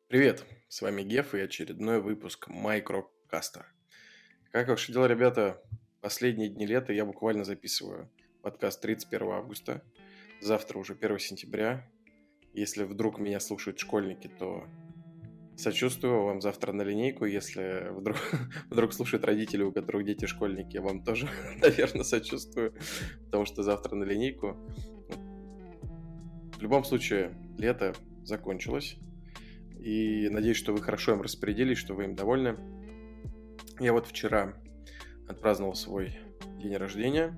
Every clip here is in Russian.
Привет, с вами Геф и очередной выпуск Майкрокаста. Как ваши дела, ребята? Последние дни лета я буквально записываю подкаст 31 августа. Завтра уже 1 сентября. Если вдруг меня слушают школьники, то сочувствую вам завтра на линейку. Если вдруг слушают родители, у которых дети школьники, я вам тоже, наверное, сочувствую, потому что завтра на линейку. В любом случае, лето закончилось. И надеюсь, что вы хорошо им распорядились, что вы им довольны. Я вот вчера отпраздновал свой день рождения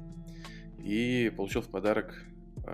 и получил в подарок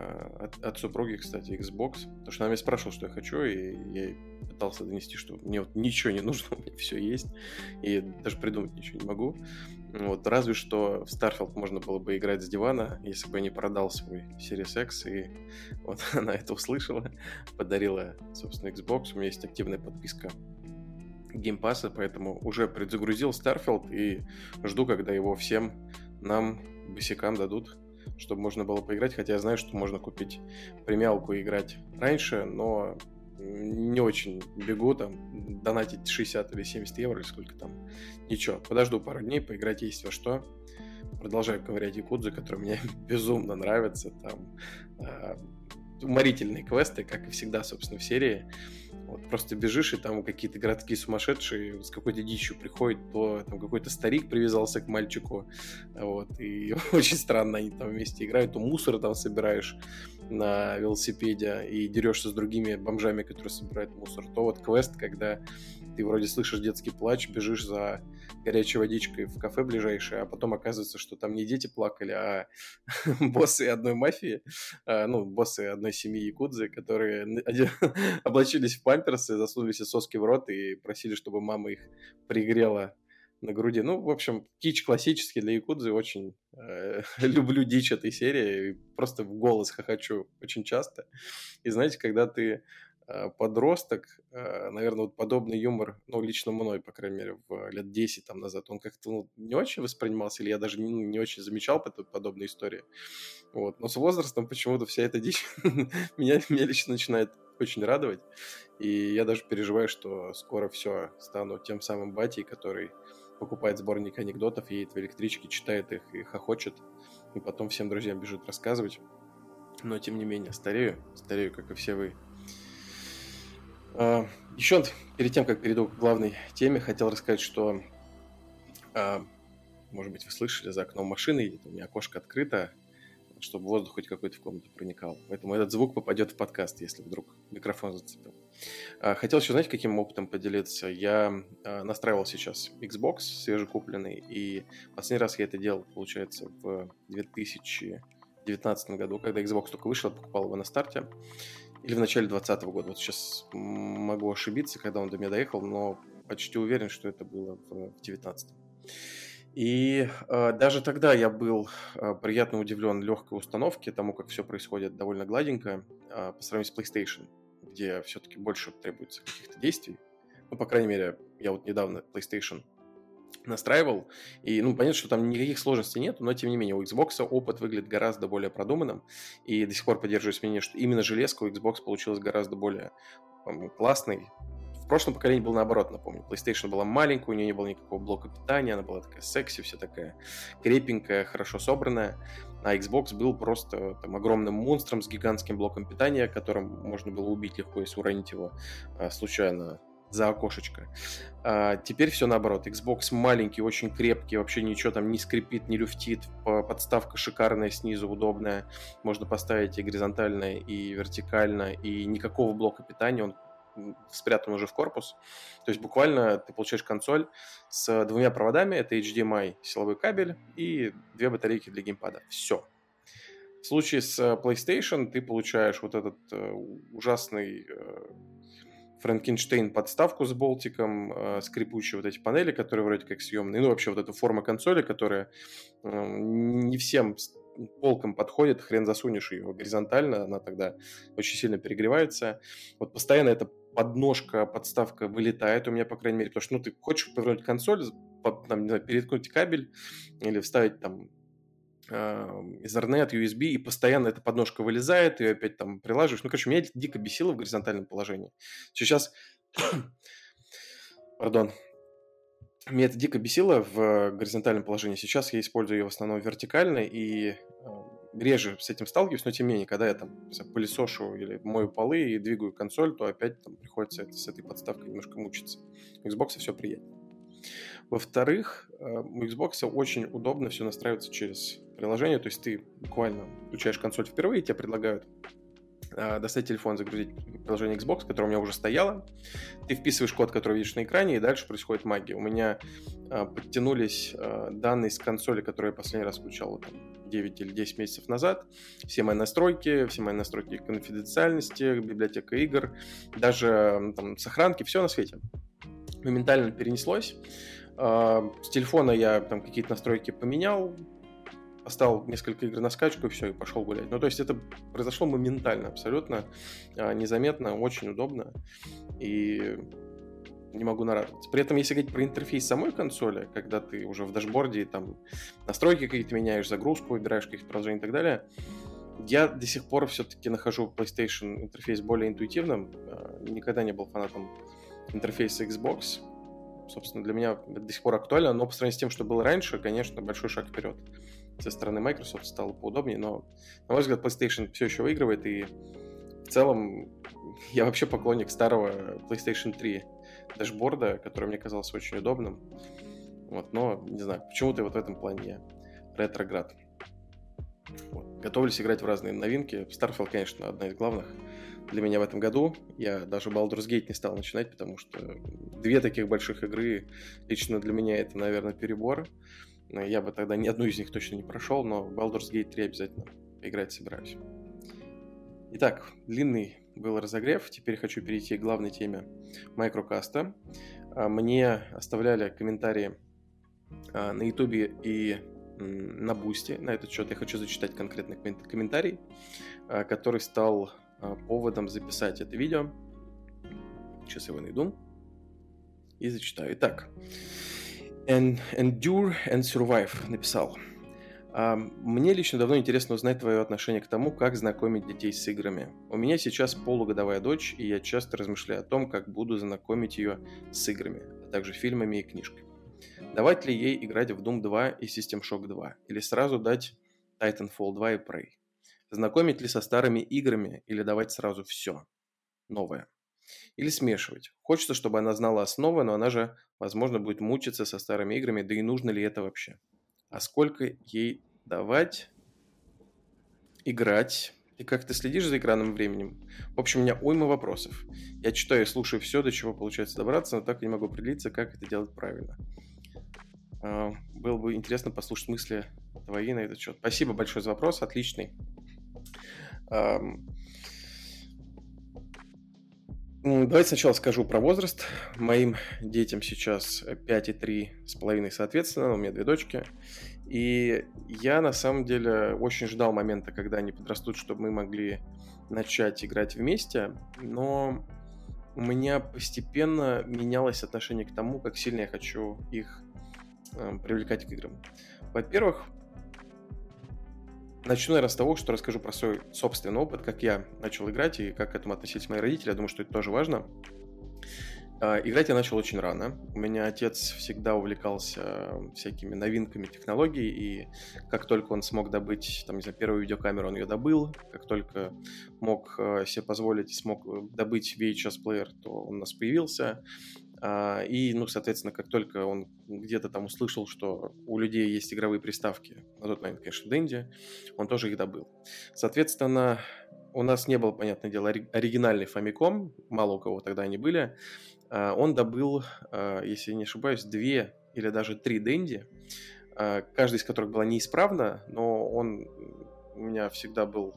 от супруги, кстати, Xbox. Потому что она меня спрашивала, что я хочу, и я ей пытался донести, что мне вот ничего не нужно, у меня все есть. И даже придумать ничего не могу. Вот, разве что в Starfield можно было бы играть с дивана, если бы я не продал свой Series X. И вот она это услышала, подарила, собственно, Xbox. У меня есть активная подписка Game Pass, поэтому уже предзагрузил Starfield и жду, когда его всем нам, босикам, дадут, чтобы можно было поиграть. Хотя я знаю, что можно купить премиалку и играть раньше, но не очень бегу, там, донатить 60 или 70 евро, или сколько там. Ничего, подожду пару дней, поиграть есть во что. Продолжаю ковырять якудзы, которые мне безумно нравятся. Там уморительные квесты, как и всегда, собственно, в серии. Вот, просто бежишь, и там какие-то городки сумасшедшие с какой-то дичью приходят, то там какой-то старик привязался к мальчику, вот, и очень странно они там вместе играют, то мусор там собираешь на велосипеде и дерешься с другими бомжами, которые собирают мусор, то вот квест, когда ты вроде слышишь детский плач, бежишь за горячей водичкой в кафе ближайшее, а потом оказывается, что там не дети плакали, а боссы одной мафии, боссы одной семьи якудзы, которые облачились в памперсы, засунули себе соски в рот и просили, чтобы мама их пригрела на груди. Ну, в общем, кич классический для якудзы. Очень люблю дичь этой серии. Просто в голос хохочу очень часто. И знаете, когда ты подросток, наверное, вот подобный юмор, ну, лично мной, по крайней мере, в лет 10 там назад, он как-то не очень воспринимался, или я даже не очень замечал подобные истории. Вот. Но с возрастом почему-то вся эта дичь меня лично начинает очень радовать. И я даже переживаю, что скоро все, стану тем самым батей, который покупает сборник анекдотов, едет в электричке, читает их и хохочет, и потом всем друзьям бежит рассказывать. Но, тем не менее, старею, как и все вы. Еще перед тем, как перейду к главной теме, хотел рассказать, что, может быть, вы слышали, за окном машины едет, у меня окошко открыто, чтобы воздух хоть какой-то в комнату проникал. Поэтому этот звук попадет в подкаст, если вдруг микрофон зацепил. Хотел еще, знаете, каким опытом поделиться? Я настраивал сейчас Xbox свежекупленный, и последний раз я это делал, получается, в 2019 году, когда Xbox только вышел, покупал его на старте. Или в начале 2020 года. Вот сейчас могу ошибиться, когда он до меня доехал, но почти уверен, что это было в 2019. И даже тогда я был приятно удивлен легкой установке, тому, как все происходит довольно гладенько, по сравнению с PlayStation, где все-таки больше требуется каких-то действий. Ну, по крайней мере, я вот недавно PlayStation настраивал, и, понятно, что там никаких сложностей нет, но, тем не менее, у Xbox опыт выглядит гораздо более продуманным, и до сих пор поддерживаюсь мнение, что именно железка у Xbox получилась гораздо более классной. В прошлом поколении был наоборот, напомню. PlayStation была маленькая, у нее не было никакого блока питания, она была такая секси, вся такая крепенькая, хорошо собранная. А Xbox был просто там огромным монстром с гигантским блоком питания, которым можно было убить легко, если уронить его случайно за окошечко. Теперь все наоборот. Xbox маленький, очень крепкий, вообще ничего там не скрипит, не люфтит. Подставка шикарная снизу, удобная. Можно поставить и горизонтально, и вертикально, и никакого блока питания. Он спрятан уже в корпус. То есть буквально ты получаешь консоль с двумя проводами. Это HDMI силовой кабель и две батарейки для геймпада. Все. В случае с PlayStation ты получаешь вот этот ужасный Франкенштейн подставку с болтиком, скрипучие вот эти панели, которые вроде как съемные, ну вообще вот эта форма консоли, которая не всем полком подходит, хрен засунешь ее горизонтально, она тогда очень сильно перегревается. Вот постоянно эта подножка, подставка вылетает у меня, по крайней мере, потому что ты хочешь повернуть консоль, переткнуть кабель или вставить там Ethernet, USB, и постоянно эта подножка вылезает, ее опять там прилаживаешь. Меня дико бесило в горизонтальном положении. Сейчас Пардон. Меня это дико бесило в горизонтальном положении. Сейчас я использую ее в основном вертикально и реже с этим сталкиваюсь, но тем не менее, когда я там пылесошу или мою полы и двигаю консоль, то опять там приходится с этой подставкой немножко мучиться. У Xbox все приятно. Во-вторых, у Xbox очень удобно все настраивается через приложение, то есть ты буквально включаешь консоль впервые, тебе предлагают достать телефон, загрузить приложение Xbox, которое у меня уже стояло. Ты вписываешь код, который видишь на экране, и дальше происходит магия. У меня подтянулись данные с консоли, которые я последний раз включал там, 9 или 10 месяцев назад. Все мои настройки конфиденциальности, библиотека игр, даже там, сохранки, все на свете. Моментально перенеслось. С телефона я там какие-то настройки поменял, поставил несколько игр на скачку и все, и пошел гулять. Ну, то есть это произошло моментально, абсолютно незаметно, очень удобно, и не могу нарадоваться. При этом, если говорить про интерфейс самой консоли, когда ты уже в дашборде там настройки какие-то меняешь, загрузку выбираешь каких-то приложений и так далее, я до сих пор все-таки нахожу PlayStation интерфейс более интуитивным. Никогда не был фанатом интерфейса Xbox. Собственно, для меня это до сих пор актуально, но по сравнению с тем, что было раньше, конечно, большой шаг вперед. Со стороны Microsoft стало поудобнее, но, на мой взгляд, PlayStation все еще выигрывает, и в целом я вообще поклонник старого PlayStation 3 дашборда, который мне казался очень удобным. Вот, но, не знаю, почему-то вот в этом плане я ретроград. Вот. Готовлюсь играть в разные новинки. Starfield, конечно, одна из главных для меня в этом году. Я даже Baldur's Gate не стал начинать, потому что две таких больших игры лично для меня это, наверное, перебор. Я бы тогда ни одну из них точно не прошел, но Baldur's Gate 3 обязательно поиграть собираюсь. Итак, длинный был разогрев. Теперь хочу перейти к главной теме Microcast. Мне оставляли комментарии на YouTube и на Бусти на этот счет. Я хочу зачитать конкретный комментарий, который стал поводом записать это видео. Сейчас его найду и зачитаю. Итак, Endure and Survive написал. Мне лично давно интересно узнать твое отношение к тому, как знакомить детей с играми. У меня сейчас полугодовая дочь, и я часто размышляю о том, как буду знакомить ее с играми, а также фильмами и книжками. Давать ли ей играть в Doom 2 и System Shock 2, или сразу дать Titanfall 2 и Prey? Знакомить ли со старыми играми, или давать сразу все новое? Или смешивать? Хочется, чтобы она знала основы, но она же, возможно, будет мучиться со старыми играми, да и нужно ли это вообще? А сколько ей давать, играть? И как ты следишь за экранным временем? В общем, у меня уйма вопросов. Я читаю и слушаю все, до чего получается добраться, но так и не могу определиться, как это делать правильно. Было бы интересно послушать мысли твои на этот счет. Спасибо большое за вопрос, отличный. Давайте сначала скажу про возраст. Моим детям сейчас 5 и 3,5 соответственно, у меня 2 дочки. И я на самом деле очень ждал момента, когда они подрастут, чтобы мы могли начать играть вместе. Но у меня постепенно менялось отношение к тому, как сильно я хочу их привлекать к играм. Во-первых, начну, наверное, с того, что расскажу про свой собственный опыт, как я начал играть и как к этому относились мои родители. Я думаю, что это тоже важно. Играть я начал очень рано. У меня отец всегда увлекался всякими новинками технологий, и как только он смог добыть, там, не знаю, первую видеокамеру, он ее добыл. Как только мог себе позволить, смог добыть VHS-плеер, то он у нас появился. И, ну, соответственно, как только он где-то там услышал, что у людей есть игровые приставки, на тот момент, конечно, Dendy, он тоже их добыл. Соответственно, у нас не было, понятное дело, оригинальный Famicom, мало у кого тогда они были. Он добыл, если не ошибаюсь, 2 или даже 3 Dendy, каждая из которых была неисправна, но он у меня всегда был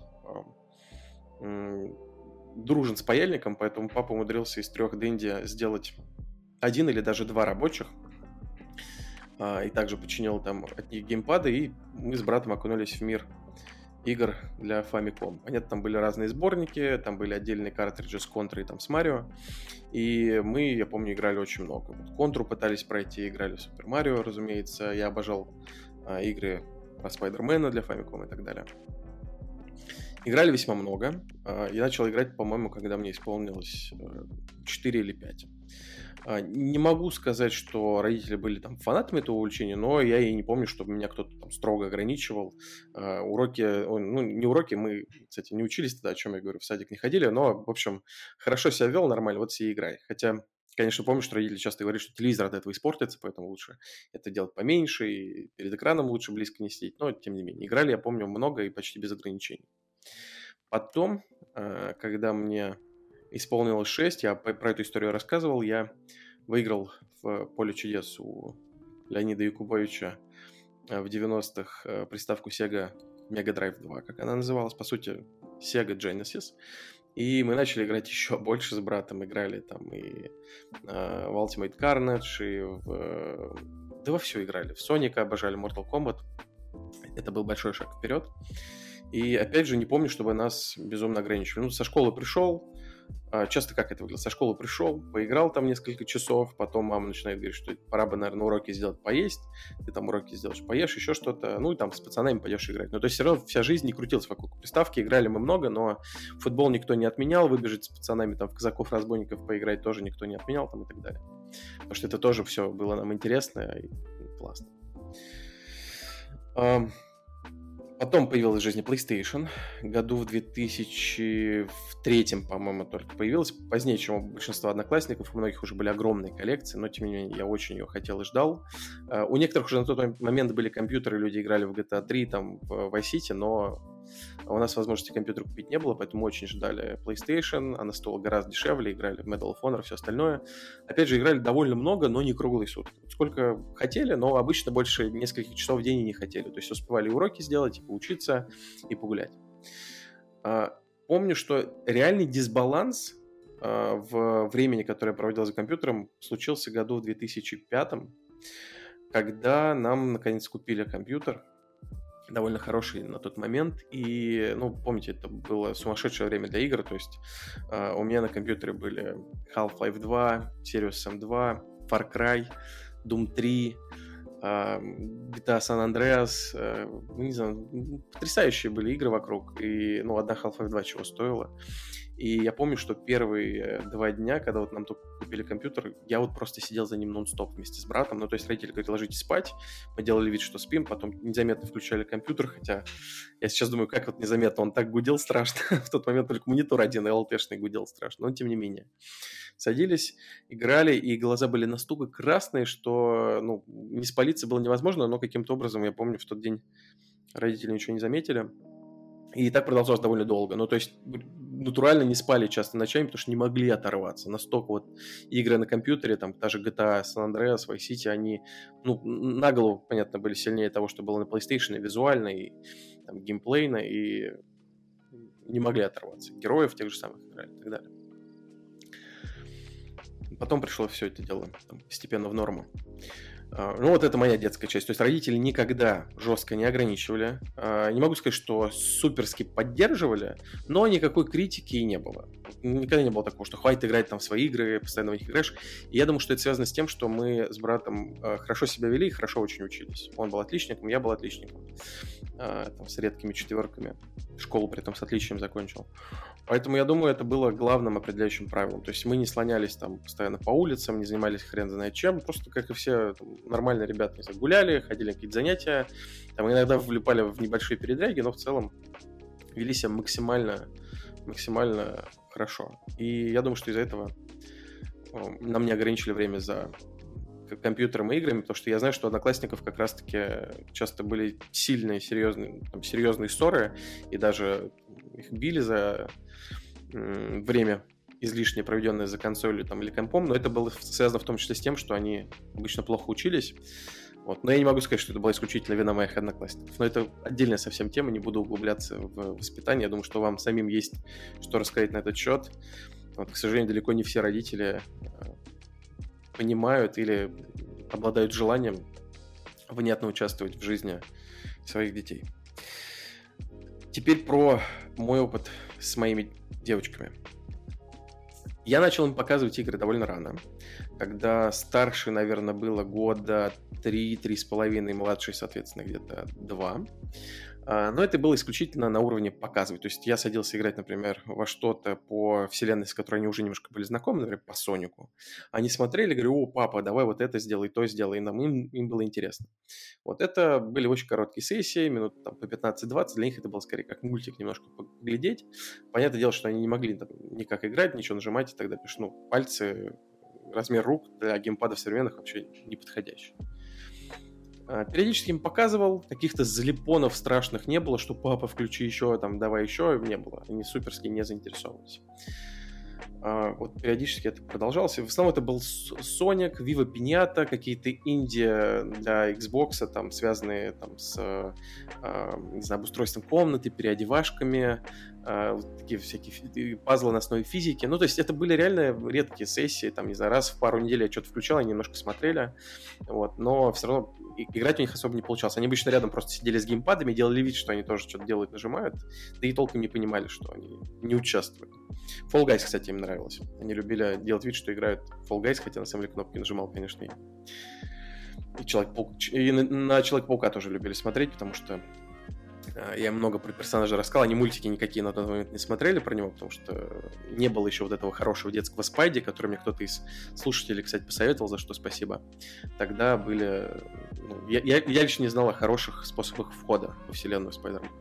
дружен с паяльником, поэтому папа умудрился из 3 Dendy сделать 1 или даже 2 рабочих, и также починил там от них геймпады, и мы с братом окунулись в мир игр для Famicom. Понятно, там были разные сборники, там были отдельные картриджи с Контрой, там с Марио, и мы, я помню, играли очень много. Вот Контру пытались пройти, играли в Супер Марио, разумеется, я обожал игры про Спайдермена для Famicom и так далее. Играли весьма много. Я начал играть, по-моему, когда мне исполнилось 4 или 5. Не могу сказать, что родители были там фанатами этого увлечения, но я и не помню, чтобы меня кто-то там строго ограничивал. Уроки, ну, не уроки, мы, кстати, не учились тогда, о чем я говорю, в садик не ходили, но, в общем, хорошо себя вел, нормально, вот себе играй. Хотя, конечно, помню, что родители часто говорят, что телевизор от этого испортится, поэтому лучше это делать поменьше, и перед экраном лучше близко не сидеть, но, тем не менее, играли, я помню, много и почти без ограничений. Потом, когда мне исполнилось 6, я про эту историю рассказывал, я выиграл в «Поле чудес» у Леонида Якубовича в 90-х приставку Sega Mega Drive 2, как она называлась, по сути, Sega Genesis. И мы начали играть еще больше с братом, играли там и в Ultimate Carnage, и да во все играли. В Соника обожали, Mortal Kombat. Это был большой шаг вперед. И опять же, не помню, чтобы нас безумно ограничивали. Ну, со школы пришел, часто как это выглядит? Со школы пришел, поиграл там несколько часов, потом мама начинает говорить, что пора бы, наверное, уроки сделать, поесть. Ты там уроки сделаешь, поешь, еще что-то. Ну, и там с пацанами пойдешь играть. Ну, то есть все равно вся жизнь не крутилась вокруг приставки. Играли мы много, но футбол никто не отменял. Выбежать с пацанами там в казаков-разбойников поиграть тоже никто не отменял там и так далее. Потому что это тоже все было нам интересно и классно. Потом появилась в жизни PlayStation. Году в 2003, по-моему, только появилась. Позднее, чем у большинства одноклассников. У многих уже были огромные коллекции, но, тем не менее, я очень ее хотел и ждал. У некоторых уже на тот момент были компьютеры, люди играли в GTA 3, там, в Vice City, но у нас возможности компьютер купить не было, поэтому очень ждали PlayStation. Она стоила гораздо дешевле, играли в Medal of Honor, все остальное. Опять же, играли довольно много, но не круглые сутки. Сколько хотели, но обычно больше нескольких часов в день и не хотели. То есть успевали уроки сделать, и поучиться, и погулять. Помню, что реальный дисбаланс в времени, которое я проводил за компьютером, случился году в 2005, когда нам, наконец, купили компьютер, довольно хороший на тот момент, и, ну, помните, это было сумасшедшее время для игр, то есть у меня на компьютере были Half-Life 2, Serious Sam 2, Far Cry, Doom 3, GTA San Andreas, не знаю, потрясающие были игры вокруг, и, ну, одна Half-Life 2 чего стоила. И я помню, что первые 2 дня, когда вот нам только купили компьютер, я вот просто сидел за ним нон-стоп вместе с братом. Ну, то есть родители говорили, ложитесь спать, мы делали вид, что спим, потом незаметно включали компьютер, хотя я сейчас думаю, как вот незаметно, он так гудел страшно. В тот момент только монитор один LT-шный гудел страшно, но тем не менее. Садились, играли, и глаза были настолько красные, что, ну, не спалиться было невозможно, но каким-то образом, я помню, в тот день родители ничего не заметили. И так продолжалось довольно долго. Ну, то есть натурально не спали часто ночами, потому что не могли оторваться. Настолько вот игры на компьютере, там, та же GTA San Andreas, Vice City, они, ну, на голову, понятно, были сильнее того, что было на PlayStation, и визуально, и там, геймплейно, и не могли оторваться. Героев тех же самых играли и так далее. Потом пришло все это дело там, постепенно в норму. Ну, вот это моя детская часть. То есть родители никогда жестко не ограничивали. Не могу сказать, что суперски поддерживали, но никакой критики и не было. Никогда не было такого, что хватит играть там в свои игры, постоянно в них играешь. И я думаю, что это связано с тем, что мы с братом хорошо себя вели и хорошо очень учились. Он был отличником, я был отличником. Там, с редкими четверками. Школу при этом с отличием закончил. Поэтому, я думаю, это было главным определяющим правилом. То есть мы не слонялись там постоянно по улицам, не занимались хрен знает чем. Просто, как и все там, нормальные ребята, не знаю, гуляли, ходили на какие-то занятия. Там иногда влипали в небольшие передряги, но в целом вели себя максимально хорошо. И я думаю, что из-за этого нам не ограничили время за компьютером и играми, потому что я знаю, что у одноклассников как раз-таки часто были сильные, серьезные ссоры, и даже их били за время излишне проведенное за консолью там, или компом, но это было связано в том числе с тем, что они обычно плохо учились. Вот. Но я не могу сказать, что это была исключительно вина моих одноклассников. Но это отдельная совсем тема, не буду углубляться в воспитание. Я думаю, что вам самим есть что рассказать на этот счет. Вот, к сожалению, далеко не все родители понимают или обладают желанием внятно участвовать в жизни своих детей. Теперь про мой опыт с моими девочками. Я начал им показывать игры довольно рано, когда старшей, наверное, было года 3-3,5, младшей, соответственно, где-то 2. Но это было исключительно на уровне показывать. То есть я садился играть, например, во что-то по вселенной, с которой они уже немножко были знакомы, например, по Сонику. Они смотрели, говорю: о, папа, давай вот это сделай, то сделай. И им было интересно. Вот это были очень короткие сессии, минут там, по 15-20. Для них это было скорее как мультик немножко поглядеть. Понятное дело, что они не могли там никак играть, ничего нажимать и так далее. Потому что пальцы, размер рук для геймпадов современных вообще не подходящий. Периодически им показывал, каких-то залипонов страшных не было, что папа, включи еще, там, давай еще, не было. Они суперски не заинтересовывались. Вот периодически это продолжалось. В основном это был Sonic, Viva Pinata, какие-то инди для Xbox, там, связанные там, с не знаю, обустройством комнаты, переодевашками, такие всякие пазлы на основе физики. Ну, то есть это были реально редкие сессии, там, не знаю, раз в пару недель я что-то включал, они немножко смотрели, вот, но все равно играть у них особо не получалось. Они обычно рядом просто сидели с геймпадами, делали вид, что они тоже что-то делают, нажимают, да и толком не понимали, что они не участвуют. Fall Guys, кстати, им нравилось. Они любили делать вид, что играют в Fall Guys, хотя на самом деле кнопки нажимал, конечно, и Человек-паук. И на Человека-паука тоже любили смотреть, потому что я много про персонажа рассказал, они мультики никакие на тот момент не смотрели про него, потому что не было еще вот этого хорошего детского Спайди, который мне кто-то из слушателей, кстати, посоветовал, за что спасибо. Тогда были... Ну, я лично не знал о хороших способах входа во вселенную Спайдермена.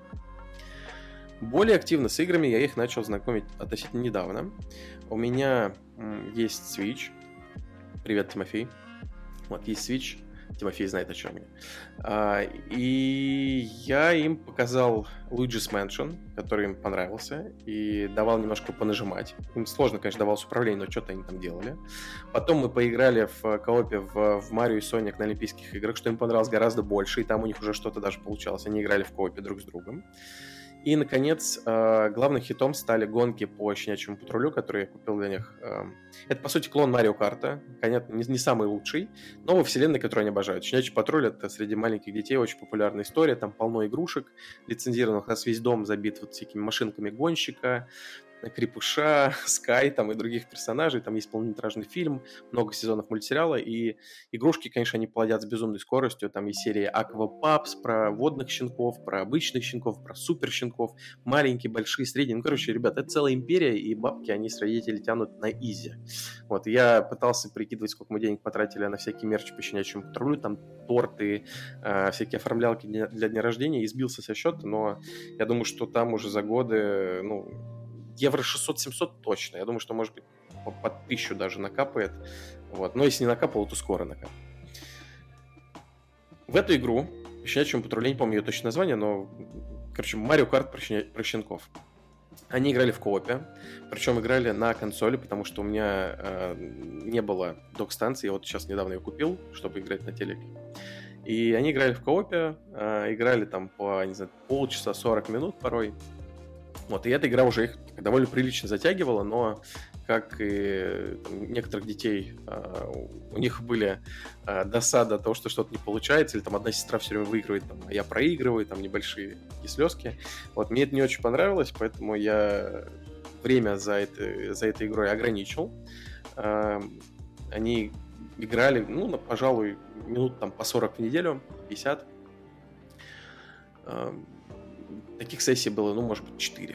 Более активно с играми я их начал знакомить относительно недавно. У меня есть Switch. Привет, Тимофей. Вот, есть Switch. Тимофей знает, о чем я. И я им показал Luigi's Mansion, который им понравился, и давал немножко понажимать. Им сложно, конечно, давалось управление, но что-то они там делали. Потом мы поиграли в коопе в Марио и Соник на Олимпийских играх, что им понравилось гораздо больше, и там у них уже что-то даже получалось. Они играли в коопе друг с другом. И, наконец, главным хитом стали гонки по Щенячьему патрулю, которые я купил для них. Это, по сути, клон Марио Карта. Понятно, не самый лучший, но во вселенной, которую они обожают. Щенячий патруль — это среди маленьких детей очень популярная история. Там полно игрушек лицензированных. У нас весь дом забит вот всякими машинками гонщика, Крепыша, Скай там и других персонажей. Там есть полнометражный фильм, много сезонов мультсериала, и игрушки, конечно, они плодят с безумной скоростью. Там есть серии Аквапапс про водных щенков, про обычных щенков, про супер щенков, маленькие, большие, средние. Ну, короче, ребят, это целая империя, и бабки они с родителей тянут на изи. Вот, я пытался прикидывать, сколько мы денег потратили на всякий мерч по Щенячьему патрулю, там торты, всякие оформлялки для дня рождения, и сбился со счета, но я думаю, что там уже за годы, ну, евро 600-700 точно. Я думаю, что, может быть, под 1000 даже накапает. Вот. Но если не накапало, то скоро накапает. В эту игру, по Щенячьему патрулю, я не помню ее точное название, но, короче, Марио Карт про щенков. Они играли в коопе, причем играли на консоли, потому что у меня не было док-станции. Я вот сейчас недавно ее купил, чтобы играть на телеке. И они играли в коопе, играли там по, не знаю, полчаса, 40 минут порой. Вот, и эта игра уже их довольно прилично затягивала, но, как и там, некоторых детей, у них были досада от того, что что-то не получается, или там одна сестра все время выигрывает, там, а я проигрываю, там небольшие слезки. Вот, мне это не очень понравилось, поэтому я время за этой игрой ограничил. Они играли, ну, пожалуй, минут там по 40 в неделю, 50. Таких сессий было, ну, может быть, 4.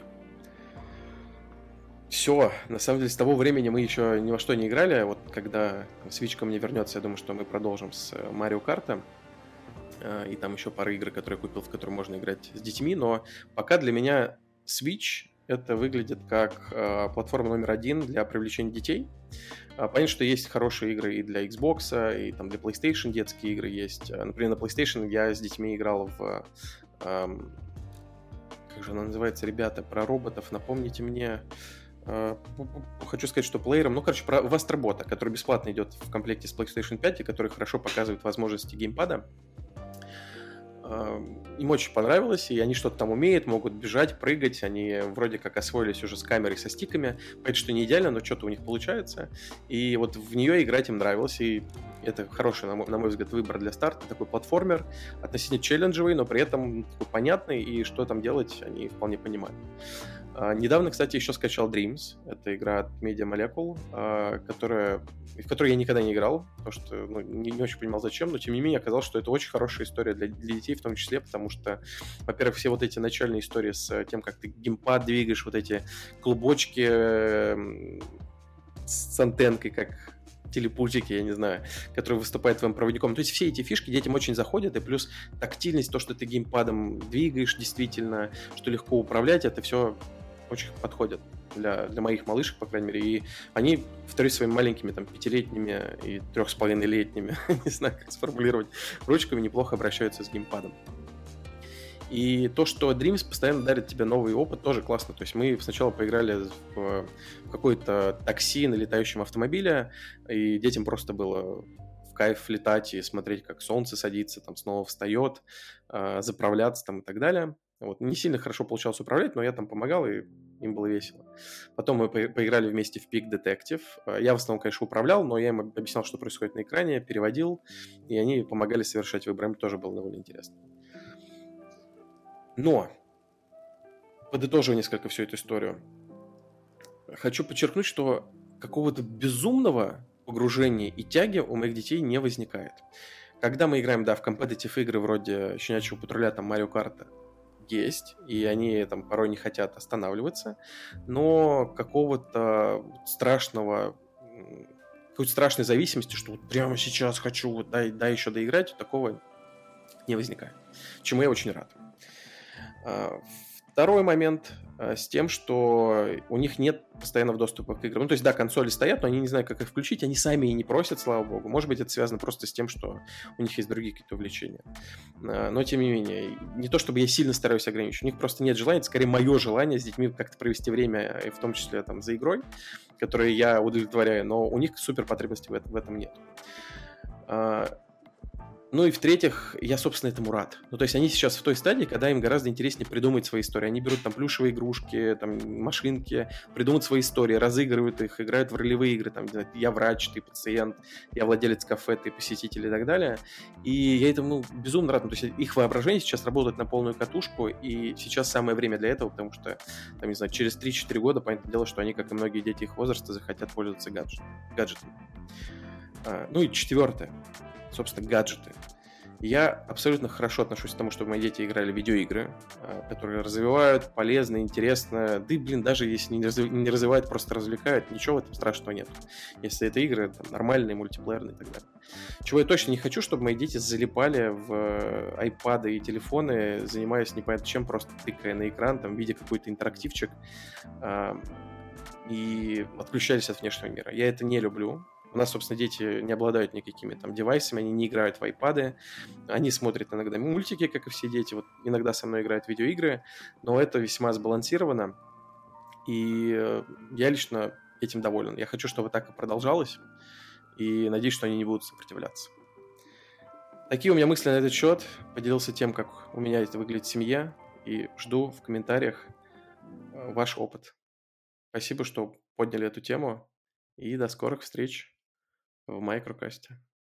Все, на самом деле, с того времени мы еще ни во что не играли. Вот когда Switch ко мне вернется, я думаю, что мы продолжим с Mario Kart. И там еще пара игр, которые я купил, в которые можно играть с детьми. Но пока для меня Switch это выглядит как платформа номер 1 для привлечения детей. Понятно, что есть хорошие игры и для Xbox, и там для PlayStation детские игры есть. Например, на PlayStation я с детьми играл в... как же она называется, ребята, про роботов, напомните мне. Хочу сказать, что плеером, ну, короче, про Вастробота, который бесплатно идет в комплекте с PlayStation 5 и который хорошо показывает возможности геймпада. Им очень понравилось, и они что-то там умеют, могут бежать, прыгать, они вроде как освоились уже с камерой, со стиками, понятно, что не идеально, но что-то у них получается, и вот в нее играть им нравилось, и это хороший, на мой взгляд, выбор для старта, такой платформер, относительно челленджевый, но при этом такой понятный, и что там делать, они вполне понимают. Недавно, кстати, еще скачал Dreams. Это игра от Media Molecule, в которой я никогда не играл, потому что не очень понимал, зачем, но тем не менее оказалось, что это очень хорошая история для детей в том числе, потому что, во-первых, все вот эти начальные истории с тем, как ты геймпад двигаешь, вот эти клубочки с антенкой, как телепультики, я не знаю, который выступает твоим проводником. То есть все эти фишки детям очень заходят, и плюс тактильность, то, что ты геймпадом двигаешь действительно, что легко управлять, это все очень подходит для моих малышек, по крайней мере, и они, повторюсь, своими маленькими, там, 5-летними и 3,5-летними, не знаю, как сформулировать, ручками неплохо обращаются с геймпадом. И то, что Dreams постоянно дарит тебе новый опыт, тоже классно. То есть мы сначала поиграли в какое-то такси на летающем автомобиле, и детям просто было в кайф летать и смотреть, как солнце садится, там снова встает, заправляться там и так далее. Вот. Не сильно хорошо получалось управлять, но я там помогал, и им было весело. Потом мы поиграли вместе в Peak Detective. Я в основном, конечно, управлял, но я им объяснял, что происходит на экране, переводил, и они помогали совершать выборы. Им тоже было довольно интересно. Но, подытоживая несколько всю эту историю, хочу подчеркнуть, что какого-то безумного погружения и тяги у моих детей не возникает. Когда мы играем, в компетитив игры вроде «Щенячьего патруля», там, «Марио Карта», есть, и они там порой не хотят останавливаться, но какой-то страшной зависимости, что вот прямо сейчас хочу, вот дай еще доиграть, такого не возникает, чему я очень рад. Второй момент с тем, что у них нет постоянного доступа к играм. То есть, консоли стоят, но они не знают, как их включить, они сами и не просят, слава богу. Может быть, это связано просто с тем, что у них есть другие какие-то увлечения. Но, тем не менее, не то чтобы я сильно стараюсь ограничить, у них просто нет желания, это скорее мое желание с детьми как-то провести время, в том числе там за игрой, которые я удовлетворяю, но у них супер потребности в этом нет. Ну и в-третьих, я, собственно, этому рад. То есть они сейчас в той стадии, когда им гораздо интереснее придумать свои истории. Они берут там плюшевые игрушки, там машинки, придумывают свои истории, разыгрывают их, играют в ролевые игры, там, я врач, ты пациент, я владелец кафе, ты посетитель и так далее. И я этому безумно рад. То есть их воображение сейчас работает на полную катушку, и сейчас самое время для этого, потому что, там, не знаю, через 3-4 года, понятное дело, что они, как и многие дети их возраста, захотят пользоваться гаджетами. Ну и четвертое. Собственно, гаджеты. Я абсолютно хорошо отношусь к тому, чтобы мои дети играли в видеоигры, которые развивают, полезно, интересно. Даже если не развивают, просто развлекают, ничего в этом страшного нет. Если это игры там, нормальные, мультиплеерные и так далее. Чего я точно не хочу, чтобы мои дети залипали в айпады и телефоны, занимаясь непонятно чем, просто тыкая на экран, там, видя какой-то интерактивчик, и отключались от внешнего мира. Я это не люблю. У нас, собственно, дети не обладают никакими там девайсами, они не играют в айпады, они смотрят иногда мультики, как и все дети, вот иногда со мной играют в видеоигры, но это весьма сбалансировано, и я лично этим доволен. Я хочу, чтобы так и продолжалось, и надеюсь, что они не будут сопротивляться. Такие у меня мысли на этот счет. Поделился тем, как у меня это выглядит в семье, и жду в комментариях ваш опыт. Спасибо, что подняли эту тему, и до скорых встреч в Майкрокасте.